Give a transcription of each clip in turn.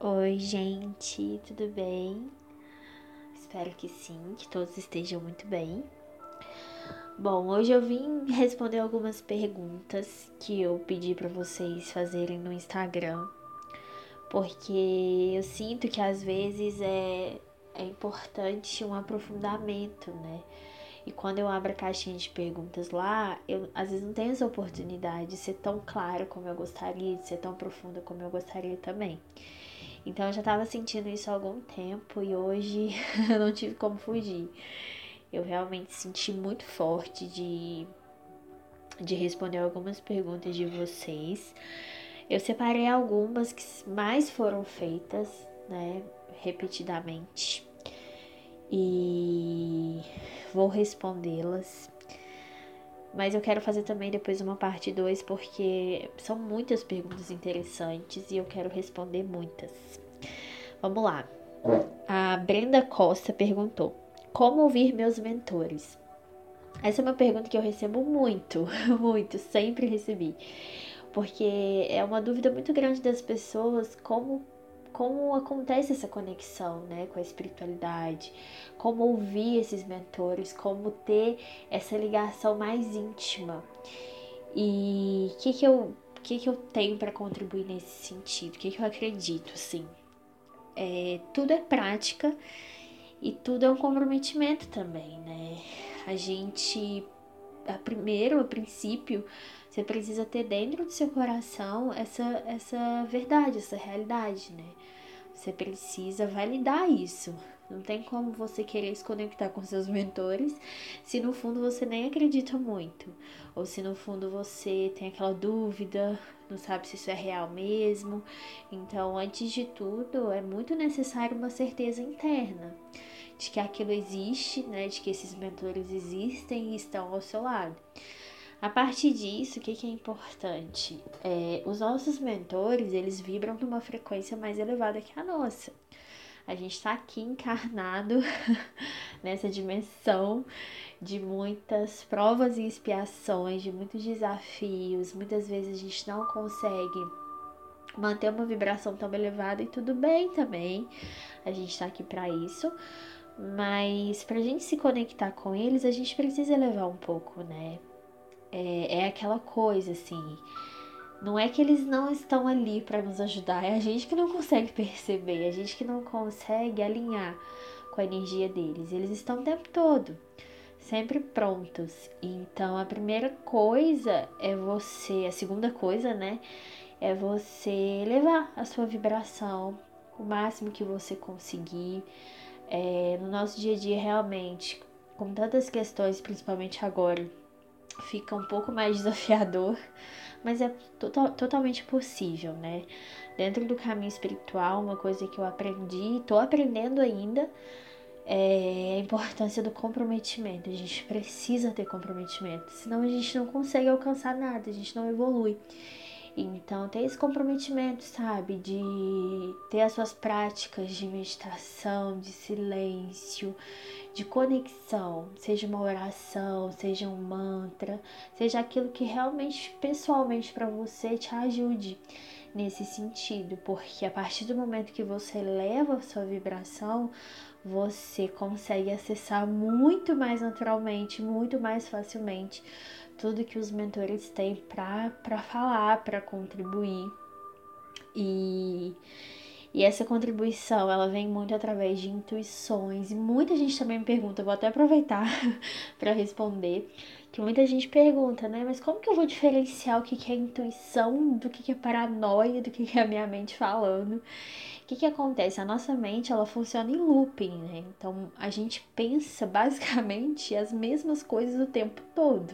Oi, gente, tudo bem? Espero que sim, que todos estejam muito bem. Bom, hoje eu vim responder algumas perguntas que eu pedi para vocês fazerem no Instagram, porque eu sinto que às vezes é importante um aprofundamento, né? E quando eu abro a caixinha de perguntas lá, eu às vezes não tenho essa oportunidade de ser tão clara como eu gostaria, de ser tão profunda como eu gostaria também. Então eu já tava sentindo isso há algum tempo e hoje eu não tive como fugir. Eu realmente senti muito forte de responder algumas perguntas de vocês. Eu separei algumas que mais foram feitas, né, repetidamente. E vou respondê-las. Mas eu quero fazer também depois uma parte 2 porque são muitas perguntas interessantes e eu quero responder muitas. Vamos lá. A Brenda Costa perguntou: como ouvir meus mentores? Essa é uma pergunta que eu recebo muito, muito, sempre recebi. Porque é uma dúvida muito grande das pessoas como acontece essa conexão, né, com a espiritualidade, como ouvir esses mentores, como ter essa ligação mais íntima. E o que que eu tenho para contribuir nesse sentido? O que que eu acredito, assim? Tudo é prática e tudo é um comprometimento também, né? A gente, a princípio, você precisa ter dentro do seu coração essa verdade, essa realidade, né? Você precisa validar isso. Não tem como você querer se conectar com seus mentores se no fundo você nem acredita muito. Ou se no fundo você tem aquela dúvida, não sabe se isso é real mesmo. Então, antes de tudo, é muito necessário uma certeza interna de que aquilo existe, né? De que esses mentores existem e estão ao seu lado. A partir disso, o que é importante? Os nossos mentores, eles vibram numa frequência mais elevada que a nossa. A gente está aqui encarnado nessa dimensão de muitas provas e expiações, de muitos desafios. Muitas vezes a gente não consegue manter uma vibração tão elevada e tudo bem também. A gente está aqui para isso. Mas para a gente se conectar com eles, a gente precisa elevar um pouco, né? É aquela coisa assim. Não é que eles não estão ali para nos ajudar, é a gente que não consegue perceber, é a gente que não consegue alinhar com a energia deles. Eles estão o tempo todo, sempre prontos. Então a primeira coisa é você, a segunda coisa, né, é você elevar a sua vibração o máximo que você conseguir. No nosso dia a dia, realmente, com tantas questões, principalmente agora, fica um pouco mais desafiador, mas é totalmente possível, né? Dentro do caminho espiritual, uma coisa que eu aprendi, tô aprendendo ainda, é a importância do comprometimento. A gente precisa ter comprometimento, senão a gente não consegue alcançar nada, a gente não evolui. Então, ter esse comprometimento, sabe? De ter as suas práticas de meditação, de silêncio, de conexão, seja uma oração, seja um mantra, seja aquilo que realmente, pessoalmente, para você te ajude nesse sentido, porque a partir do momento que você eleva a sua vibração, você consegue acessar muito mais naturalmente, muito mais facilmente tudo que os mentores têm para falar, para contribuir. E, e essa contribuição, ela vem muito através de intuições. E muita gente também me pergunta, vou até aproveitar para responder, que muita gente pergunta, né? Mas como que eu vou diferenciar o que é intuição do que é paranoia, do que é a minha mente falando? O que acontece? A nossa mente, ela funciona em looping, né? Então, a gente pensa basicamente as mesmas coisas o tempo todo.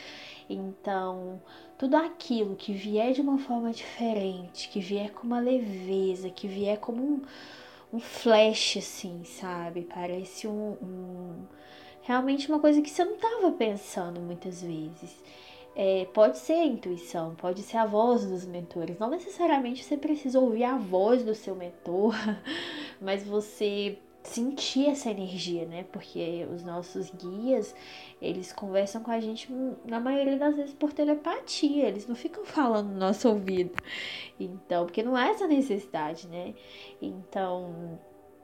Então, tudo aquilo que vier de uma forma diferente, que vier com uma leveza, que vier como um flash, assim, sabe? Parece realmente uma coisa que você não estava pensando muitas vezes. Pode ser a intuição, pode ser a voz dos mentores. Não necessariamente você precisa ouvir a voz do seu mentor, mas você sentir essa energia, né? Porque os nossos guias, eles conversam com a gente na maioria das vezes por telepatia, eles não ficam falando no nosso ouvido. Então, porque não há essa necessidade, né? Então,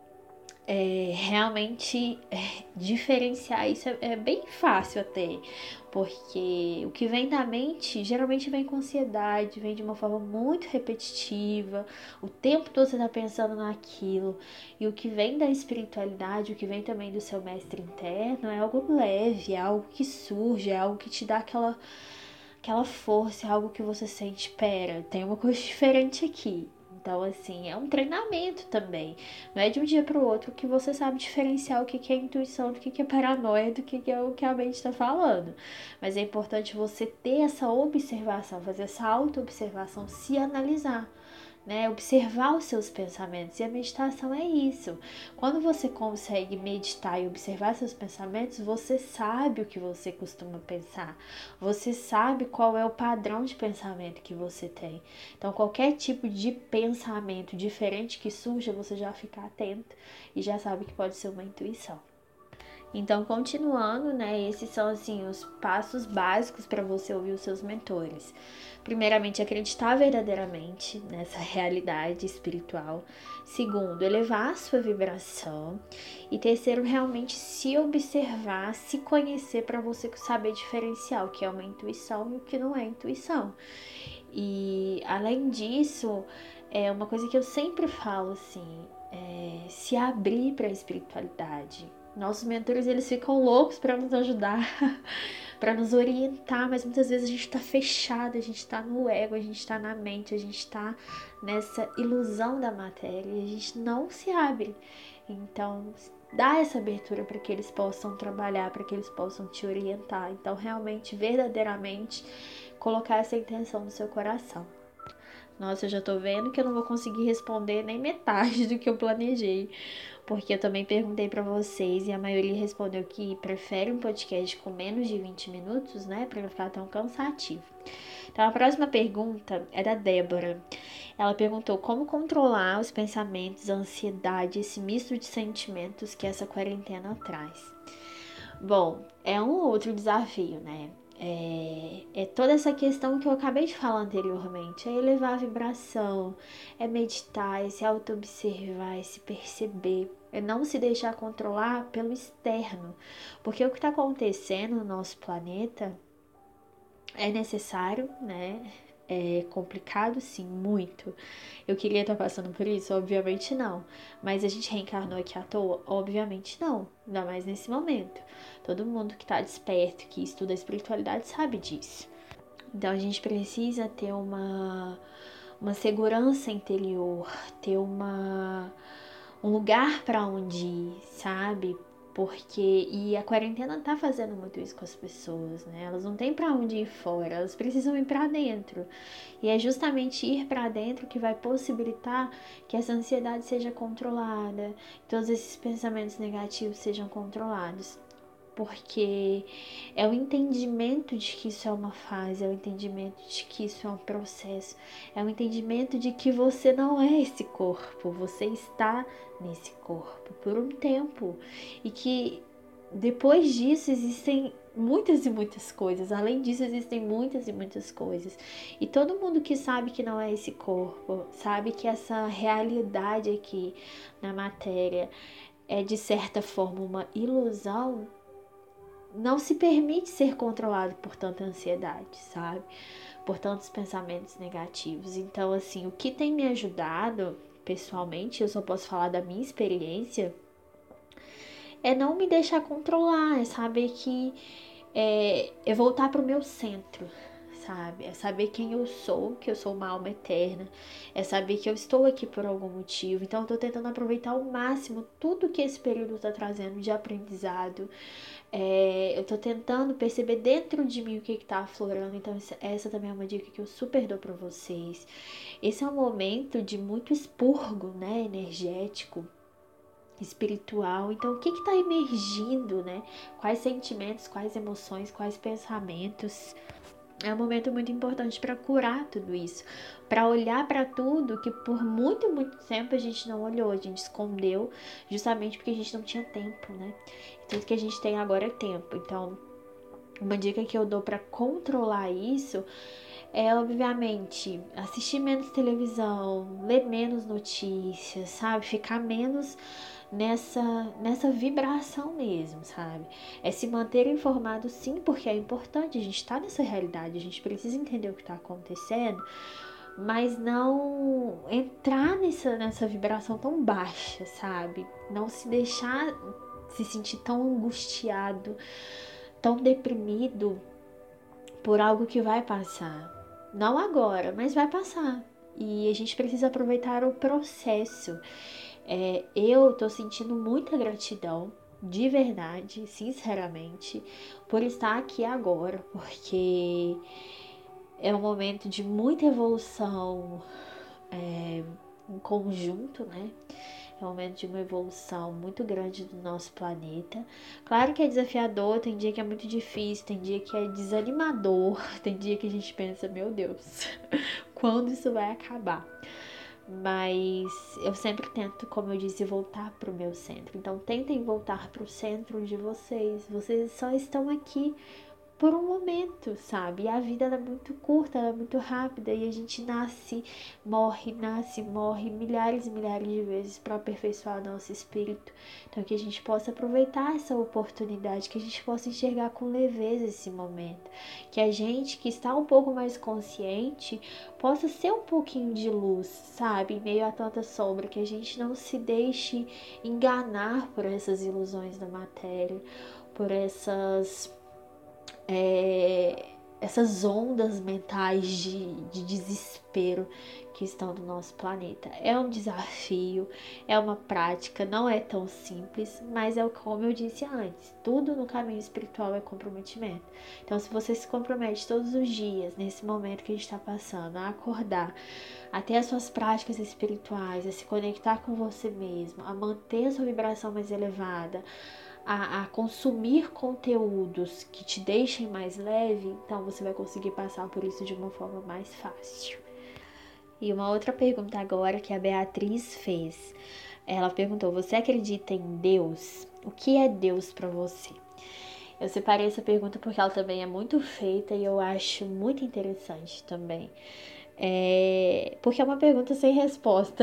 realmente diferenciar isso é bem fácil até, porque o que vem da mente geralmente vem com ansiedade, vem de uma forma muito repetitiva, o tempo todo você tá pensando naquilo, e o que vem da espiritualidade, o que vem também do seu mestre interno é algo leve, é algo que surge, é algo que te dá aquela força, é algo que você sente, pera, tem uma coisa diferente aqui. Então, assim, é um treinamento também. Não é de um dia para o outro que você sabe diferenciar o que é intuição, do que é paranoia, do que é o que a mente está falando. Mas é importante você ter essa observação, fazer essa auto-observação, se analisar, né? Observar os seus pensamentos. E a meditação é isso. Quando você consegue meditar e observar seus pensamentos, você sabe o que você costuma pensar. Você sabe qual é o padrão de pensamento que você tem. Então, qualquer tipo de pensamento diferente que surja, você já fica atento e já sabe que pode ser uma intuição. Então, continuando, né, esses são assim os passos básicos para você ouvir os seus mentores. Primeiramente, acreditar verdadeiramente nessa realidade espiritual. Segundo, elevar a sua vibração. E terceiro, realmente se observar, se conhecer para você saber diferenciar o que é uma intuição e o que não é intuição. E além disso, é uma coisa que eu sempre falo assim, se abrir para a espiritualidade. Nossos mentores, eles ficam loucos para nos ajudar, para nos orientar, mas muitas vezes a gente está fechado, a gente está no ego, a gente está na mente, a gente está nessa ilusão da matéria e a gente não se abre. Então, dá essa abertura para que eles possam trabalhar, para que eles possam te orientar. Então, realmente, verdadeiramente, colocar essa intenção no seu coração. Nossa, eu já tô vendo que eu não vou conseguir responder nem metade do que eu planejei, porque eu também perguntei para vocês e a maioria respondeu que prefere um podcast com menos de 20 minutos, né, para não ficar tão cansativo. Então a próxima pergunta é da Débora. Ela perguntou como controlar os pensamentos, a ansiedade, esse misto de sentimentos que essa quarentena traz. Bom, é um outro desafio, né? É toda essa questão que eu acabei de falar anteriormente, é elevar a vibração, é meditar, é se auto-observar, é se perceber, é não se deixar controlar pelo externo, porque o que está acontecendo no nosso planeta é necessário, né? É complicado, sim, muito. Eu queria estar passando por isso? Obviamente não. Mas a gente reencarnou aqui à toa? Obviamente não. Ainda mais nesse momento. Todo mundo que está desperto, que estuda a espiritualidade, sabe disso. Então a gente precisa ter uma segurança interior, ter um lugar para onde ir, sabe? Porque e a quarentena tá fazendo muito isso com as pessoas, né? Elas não têm para onde ir fora, elas precisam ir para dentro. E é justamente ir para dentro que vai possibilitar que essa ansiedade seja controlada, que todos esses pensamentos negativos sejam controlados. Porque é o entendimento de que isso é uma fase, é o entendimento de que isso é um processo, é o entendimento de que você não é esse corpo, você está nesse corpo por um tempo e que depois disso existem muitas e muitas coisas, além disso existem muitas e muitas coisas. E todo mundo que sabe que não é esse corpo, sabe que essa realidade aqui na matéria é de certa forma uma ilusão, não se permite ser controlado por tanta ansiedade, sabe? Por tantos pensamentos negativos. Então, assim, o que tem me ajudado, pessoalmente, eu só posso falar da minha experiência, é não me deixar controlar, é saber é voltar para o meu centro, sabe? É saber quem eu sou, que eu sou uma alma eterna, é saber que eu estou aqui por algum motivo. Então, eu tô tentando aproveitar ao máximo tudo que esse período tá trazendo de aprendizado. Eu tô tentando perceber dentro de mim o que tá aflorando, então essa também é uma dica que eu super dou pra vocês. Esse é um momento de muito expurgo, né, energético, espiritual. Então, o que tá emergindo, né? Quais sentimentos, quais emoções, quais pensamentos. É um momento muito importante para curar tudo isso, para olhar para tudo que por muito, muito tempo a gente não olhou, a gente escondeu, justamente porque a gente não tinha tempo, né? Tudo que a gente tem agora é tempo. Então, uma dica que eu dou para controlar isso é, obviamente, assistir menos televisão, ler menos notícias, sabe? Ficar menos nessa vibração mesmo, sabe? É se manter informado, sim, porque é importante, a gente tá nessa realidade, a gente precisa entender o que tá acontecendo, mas não entrar nessa vibração tão baixa, sabe? Não se deixar se sentir tão angustiado, tão deprimido por algo que vai passar. Não agora, mas vai passar. E a gente precisa aproveitar o processo. Eu tô sentindo muita gratidão, de verdade, sinceramente, por estar aqui agora, porque é um momento de muita evolução em conjunto, né? É um momento de uma evolução muito grande do nosso planeta. Claro que é desafiador, tem dia que é muito difícil, tem dia que é desanimador, tem dia que a gente pensa, meu Deus, quando isso vai acabar? Mas eu sempre tento, como eu disse, voltar para o meu centro. Então tentem voltar para o centro de vocês. Vocês só estão aqui por um momento, sabe? E a vida ela é muito curta, ela é muito rápida e a gente nasce, morre milhares e milhares de vezes para aperfeiçoar nosso espírito. Então que a gente possa aproveitar essa oportunidade, que a gente possa enxergar com leveza esse momento, que a gente que está um pouco mais consciente possa ser um pouquinho de luz, sabe? Em meio a tanta sombra, que a gente não se deixe enganar por essas ilusões da matéria, por essas ondas mentais de desespero que estão no nosso planeta. É um desafio, é uma prática, não é tão simples, mas é como eu disse antes, tudo no caminho espiritual é comprometimento. Então, se você se compromete todos os dias, nesse momento que a gente está passando, a acordar, a ter as suas práticas espirituais, a se conectar com você mesmo, a manter a sua vibração mais elevada, a consumir conteúdos que te deixem mais leve, então você vai conseguir passar por isso de uma forma mais fácil. E uma outra pergunta agora que a Beatriz fez. Ela perguntou: você acredita em Deus? O que é Deus para você? Eu separei essa pergunta porque ela também é muito feita e eu acho muito interessante também. Porque é uma pergunta sem resposta.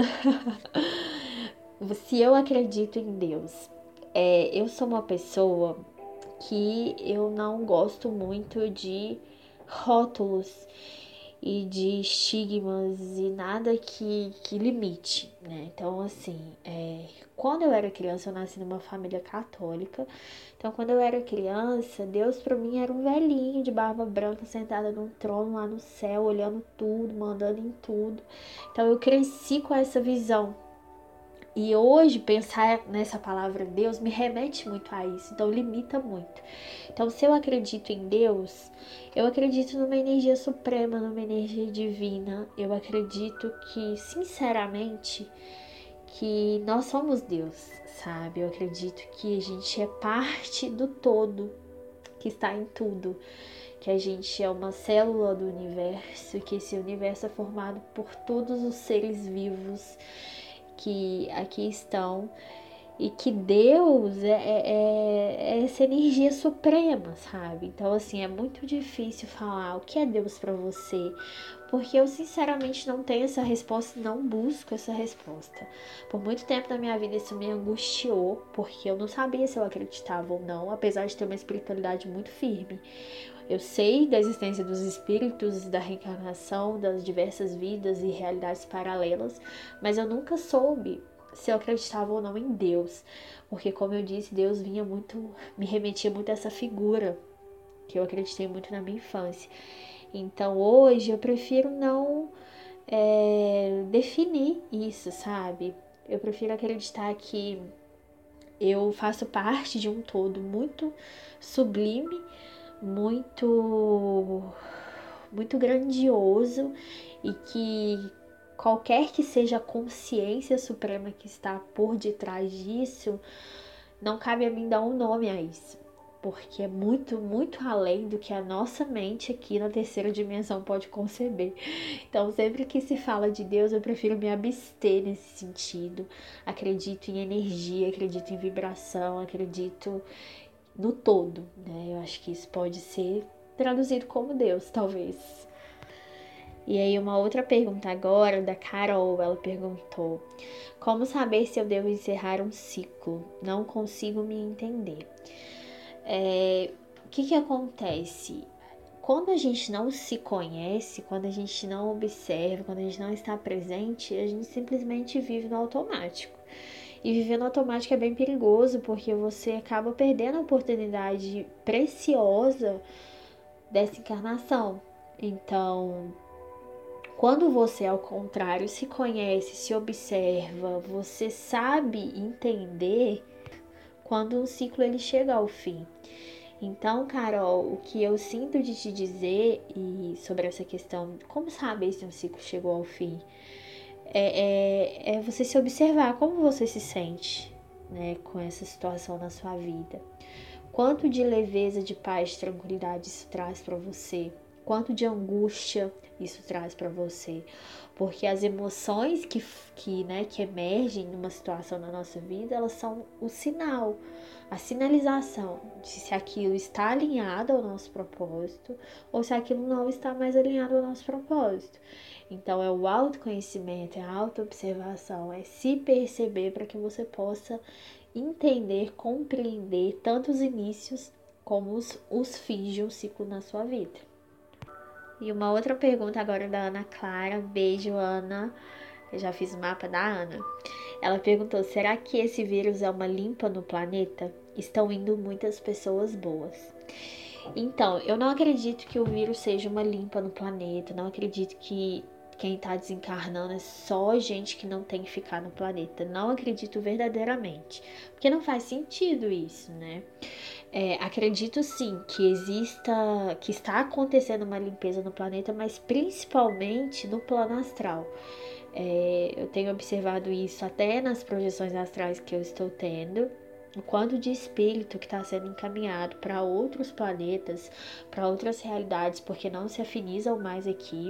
Se eu acredito em Deus, eu sou uma pessoa que eu não gosto muito de rótulos e de estigmas e nada que limite, né? Então, assim, quando eu era criança, eu nasci numa família católica. Então, quando eu era criança, Deus pra mim era um velhinho de barba branca sentada num trono lá no céu, olhando tudo, mandando em tudo. Então, eu cresci com essa visão. E hoje, pensar nessa palavra Deus me remete muito a isso, então limita muito. Então, se eu acredito em Deus, eu acredito numa energia suprema, numa energia divina. Eu acredito que, sinceramente, que nós somos Deus, sabe? Eu acredito que a gente é parte do todo, que está em tudo. Que a gente é uma célula do universo, que esse universo é formado por todos os seres vivos que aqui estão e que Deus é essa energia suprema, sabe? Então, assim, é muito difícil falar o que é Deus para você, porque eu sinceramente não tenho essa resposta, não busco essa resposta. Por muito tempo da minha vida isso me angustiou, porque eu não sabia se eu acreditava ou não, apesar de ter uma espiritualidade muito firme. Eu sei da existência dos espíritos, da reencarnação, das diversas vidas e realidades paralelas, mas eu nunca soube se eu acreditava ou não em Deus, porque como eu disse, Deus me remetia muito a essa figura que eu acreditei muito na minha infância. Então hoje eu prefiro não definir isso, sabe? Eu prefiro acreditar que eu faço parte de um todo muito sublime, muito muito grandioso e que qualquer que seja a consciência suprema que está por detrás disso, não cabe a mim dar um nome a isso. porque é muito, muito além do que a nossa mente aqui na terceira dimensão pode conceber. Então, sempre que se fala de Deus, eu prefiro me abster nesse sentido. Acredito em energia, acredito em vibração, acredito no todo, né? Eu acho que isso pode ser traduzido como Deus, talvez. E aí, uma outra pergunta agora da Carol, ela perguntou: como saber se eu devo encerrar um ciclo? Não consigo me entender. O que acontece? Quando a gente não se conhece, quando a gente não observa, quando a gente não está presente, a gente simplesmente vive no automático. E viver no automático é bem perigoso, porque você acaba perdendo a oportunidade preciosa dessa encarnação. Então, quando você, ao contrário, se conhece, se observa, você sabe entender quando o ciclo ele chega ao fim. Então, Carol, o que eu sinto de te dizer e sobre essa questão, como saber se um ciclo chegou ao fim, é você se observar como você se sente, né, com essa situação na sua vida. Quanto de leveza, de paz, de tranquilidade isso traz para você? Quanto de angústia isso traz para você? Porque as emoções que emergem numa situação na nossa vida, elas são o sinal, a sinalização de se aquilo está alinhado ao nosso propósito ou se aquilo não está mais alinhado ao nosso propósito. Então, é o autoconhecimento, é a autoobservação, é se perceber para que você possa entender, compreender tanto os inícios como os fins de um ciclo na sua vida. E uma outra pergunta agora da Ana Clara. Beijo, Ana. Eu já fiz o mapa da Ana. Ela perguntou: será que esse vírus é uma limpa no planeta? Estão indo muitas pessoas boas. Então, eu não acredito que o vírus seja uma limpa no planeta. Não acredito que quem está desencarnando é só gente que não tem que ficar no planeta. Não acredito verdadeiramente. Porque não faz sentido isso, né? Acredito sim que está acontecendo uma limpeza no planeta, mas principalmente no plano astral. Eu tenho observado isso até nas projeções astrais que eu estou tendo. O quanto de espírito que está sendo encaminhado para outros planetas, para outras realidades, porque não se afinizam mais aqui.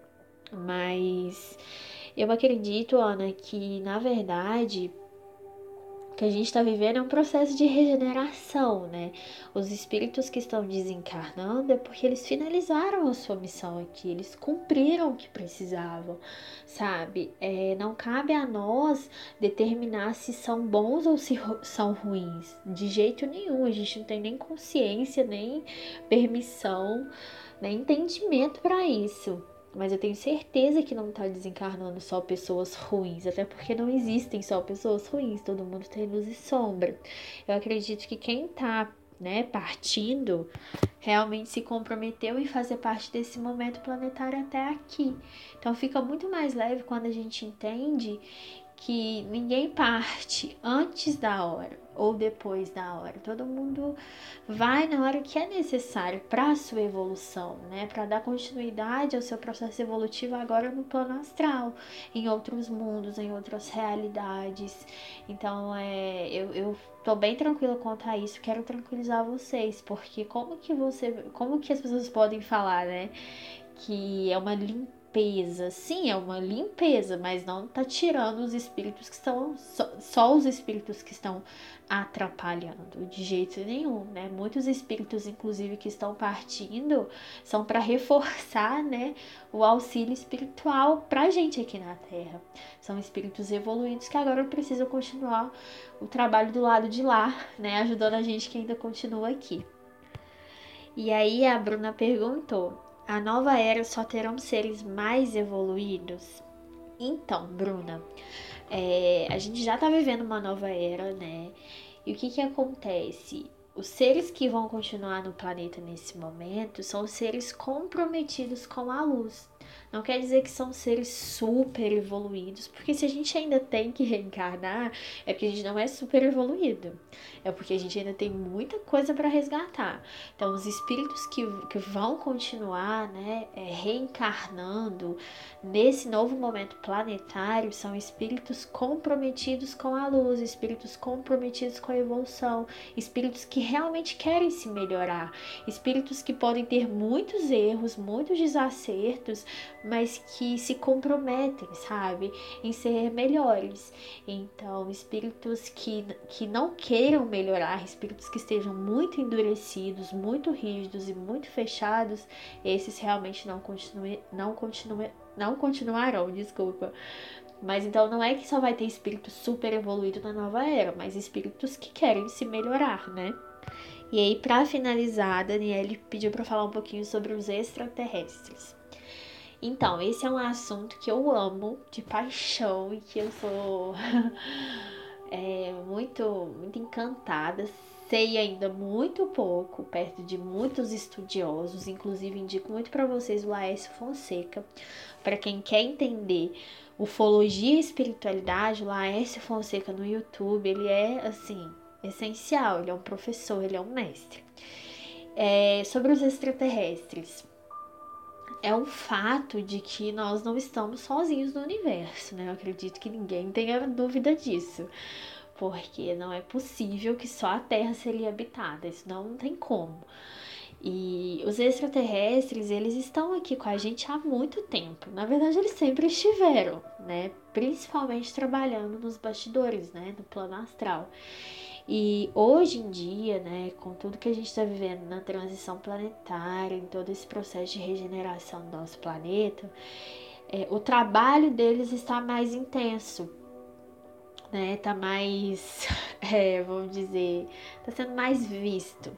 Mas eu acredito, Ana, que na verdade o que a gente está vivendo é um processo de regeneração, né? Os espíritos que estão desencarnando é porque eles finalizaram a sua missão aqui, eles cumpriram o que precisavam, sabe? Não cabe a nós determinar se são bons ou se são ruins, de jeito nenhum. A gente não tem nem consciência, nem permissão, nem entendimento para isso. Mas eu tenho certeza que não tá desencarnando só pessoas ruins, até porque não existem só pessoas ruins, todo mundo tem luz e sombra. Eu acredito que quem tá, né, partindo, realmente se comprometeu em fazer parte desse momento planetário até aqui. Então fica muito mais leve quando a gente entende que ninguém parte antes da hora ou depois da hora. Todo mundo vai na hora que é necessário para a sua evolução, né? Para dar continuidade ao seu processo evolutivo agora no plano astral, em outros mundos, em outras realidades. Então, eu tô bem tranquila quanto a isso. Quero tranquilizar vocês, porque como que as pessoas podem falar, né? Que é uma limpeza. Sim, é uma limpeza, mas não tá tirando os espíritos que estão. Só os espíritos que estão atrapalhando, de jeito nenhum, né? Muitos espíritos, inclusive, que estão partindo, são para reforçar, né, o auxílio espiritual pra gente aqui na Terra. São espíritos evoluídos que agora precisam continuar o trabalho do lado de lá, né, ajudando a gente que ainda continua aqui. E aí a Bruna perguntou: a nova era só terão seres mais evoluídos? Então, Bruna, a gente já tá vivendo uma nova era, né? E o que acontece? Os seres que vão continuar no planeta nesse momento são os seres comprometidos com a luz. Não quer dizer que são seres super evoluídos, porque se a gente ainda tem que reencarnar, é porque a gente não é super evoluído. É porque a gente ainda tem muita coisa para resgatar. Então, os espíritos que vão continuar, né, reencarnando nesse novo momento planetário são espíritos comprometidos com a luz, espíritos comprometidos com a evolução, espíritos que realmente querem se melhorar, espíritos que podem ter muitos erros, muitos desacertos, mas que se comprometem, sabe, em ser melhores. Então, espíritos que não queiram melhorar, espíritos que estejam muito endurecidos, muito rígidos e muito fechados, esses realmente não continuarão, desculpa. Mas então não é que só vai ter espírito super evoluído na nova era, mas espíritos que querem se melhorar, né? E aí, para finalizar, a Daniele pediu para falar um pouquinho sobre os extraterrestres. Então, esse é um assunto que eu amo de paixão e que eu sou muito encantada. Sei ainda muito pouco, perto de muitos estudiosos, inclusive indico muito para vocês o Laércio Fonseca. Para quem quer entender ufologia e espiritualidade, o Laércio Fonseca no YouTube, ele é assim, essencial, ele é um professor, ele é um mestre. Sobre os extraterrestres, é um fato de que nós não estamos sozinhos no universo, né? Eu acredito que ninguém tenha dúvida disso, porque não é possível que só a Terra seria habitada, isso não tem como. E os extraterrestres, eles estão aqui com a gente há muito tempo. Na verdade, eles sempre estiveram, né? Principalmente trabalhando nos bastidores, né? No plano astral. E hoje em dia, né, com tudo que a gente está vivendo na transição planetária, em todo esse processo de regeneração do nosso planeta, o trabalho deles está mais intenso, né? Tá mais, vamos dizer, tá sendo mais visto,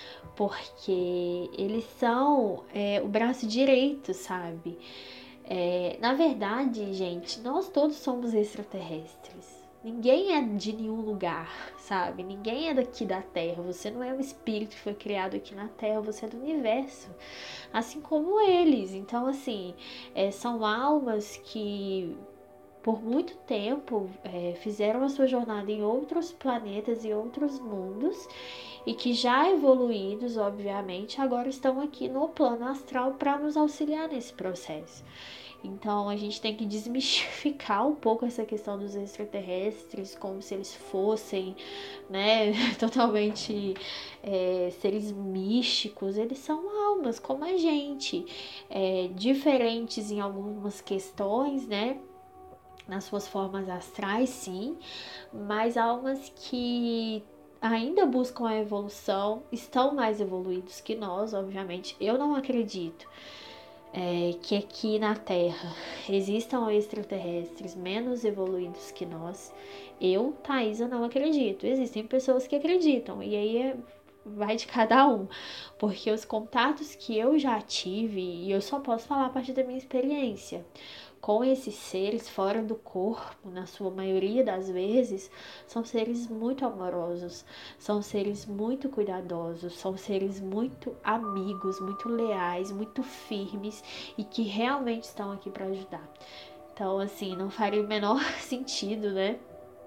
porque eles são o braço direito, sabe? Na verdade, gente, nós todos somos extraterrestres. Ninguém é de nenhum lugar, sabe? Ninguém é daqui da Terra. Você não é um espírito que foi criado aqui na Terra, você é do universo. Assim como eles. Então, assim, são almas que por muito tempo fizeram a sua jornada em outros planetas e outros mundos e que já evoluídos, obviamente, agora estão aqui no plano astral para nos auxiliar nesse processo. Então a gente tem que desmistificar um pouco essa questão dos extraterrestres, como se eles fossem, né, totalmente seres místicos. Eles são almas como a gente, diferentes em algumas questões, né? Nas suas formas astrais, sim, mas almas que ainda buscam a evolução, estão mais evoluídos que nós, obviamente. Eu não acredito que aqui na Terra existam extraterrestres menos evoluídos que nós. Eu, Thaisa, não acredito. Existem pessoas que acreditam, e aí vai de cada um, porque os contatos que eu já tive, e eu só posso falar a partir da minha experiência, com esses seres fora do corpo, na sua maioria das vezes, são seres muito amorosos, são seres muito cuidadosos, são seres muito amigos, muito leais, muito firmes e que realmente estão aqui para ajudar. Então, assim, não faria o menor sentido, né?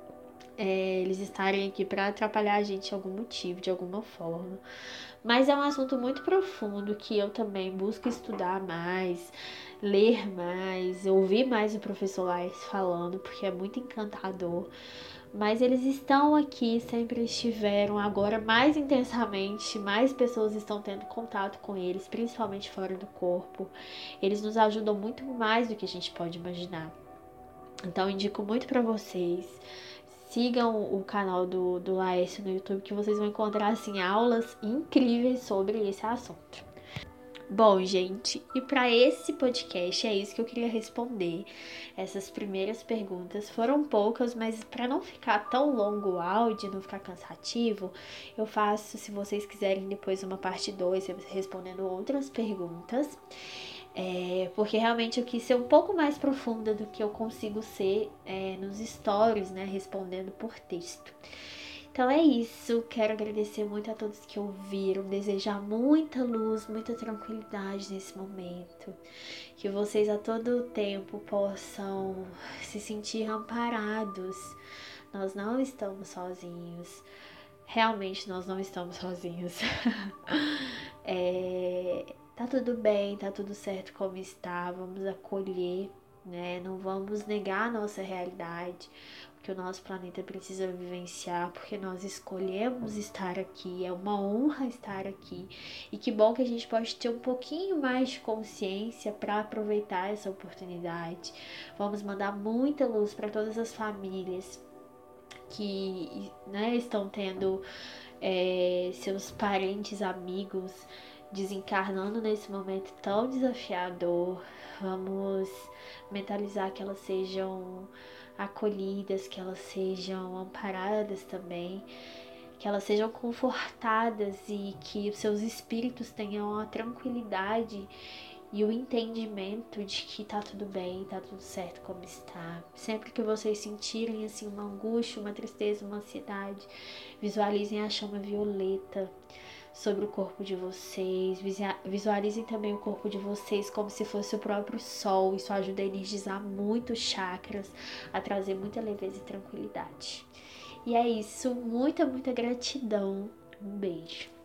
Eles estarem aqui para atrapalhar a gente de algum motivo, de alguma forma. Mas é um assunto muito profundo que eu também busco estudar mais, ler mais, ouvir mais o professor Laes falando, porque é muito encantador. Mas eles estão aqui, sempre estiveram, agora mais intensamente, mais pessoas estão tendo contato com eles, principalmente fora do corpo. Eles nos ajudam muito mais do que a gente pode imaginar. Então, indico muito para vocês. Sigam o canal do Laércio no YouTube, que vocês vão encontrar assim aulas incríveis sobre esse assunto. Bom, gente, e para esse podcast é isso que eu queria responder. Essas primeiras perguntas foram poucas, mas para não ficar tão longo o áudio, não ficar cansativo, eu faço, se vocês quiserem, depois uma parte 2, respondendo outras perguntas. Porque realmente eu quis ser um pouco mais profunda do que eu consigo ser nos stories, né, respondendo por texto. Então é isso, quero agradecer muito a todos que ouviram, desejar muita luz, muita tranquilidade nesse momento, que vocês a todo tempo possam se sentir amparados. Nós não estamos sozinhos, realmente nós não estamos sozinhos. Tá tudo bem, tá tudo certo como está, vamos acolher, né? Não vamos negar a nossa realidade, que o nosso planeta precisa vivenciar, porque nós escolhemos estar aqui, é uma honra estar aqui. E que bom que a gente pode ter um pouquinho mais de consciência para aproveitar essa oportunidade. Vamos mandar muita luz para todas as famílias que, né, estão tendo seus parentes, amigos desencarnando nesse momento tão desafiador. Vamos mentalizar que elas sejam acolhidas, que elas sejam amparadas também, que elas sejam confortadas e que os seus espíritos tenham a tranquilidade e o entendimento de que tá tudo bem, tá tudo certo como está. Sempre que vocês sentirem assim uma angústia, uma tristeza, uma ansiedade, visualizem a chama violeta sobre o corpo de vocês, visualizem também o corpo de vocês como se fosse o próprio sol. Isso ajuda a energizar muito os chakras, a trazer muita leveza e tranquilidade. E é isso, muita gratidão. Um beijo.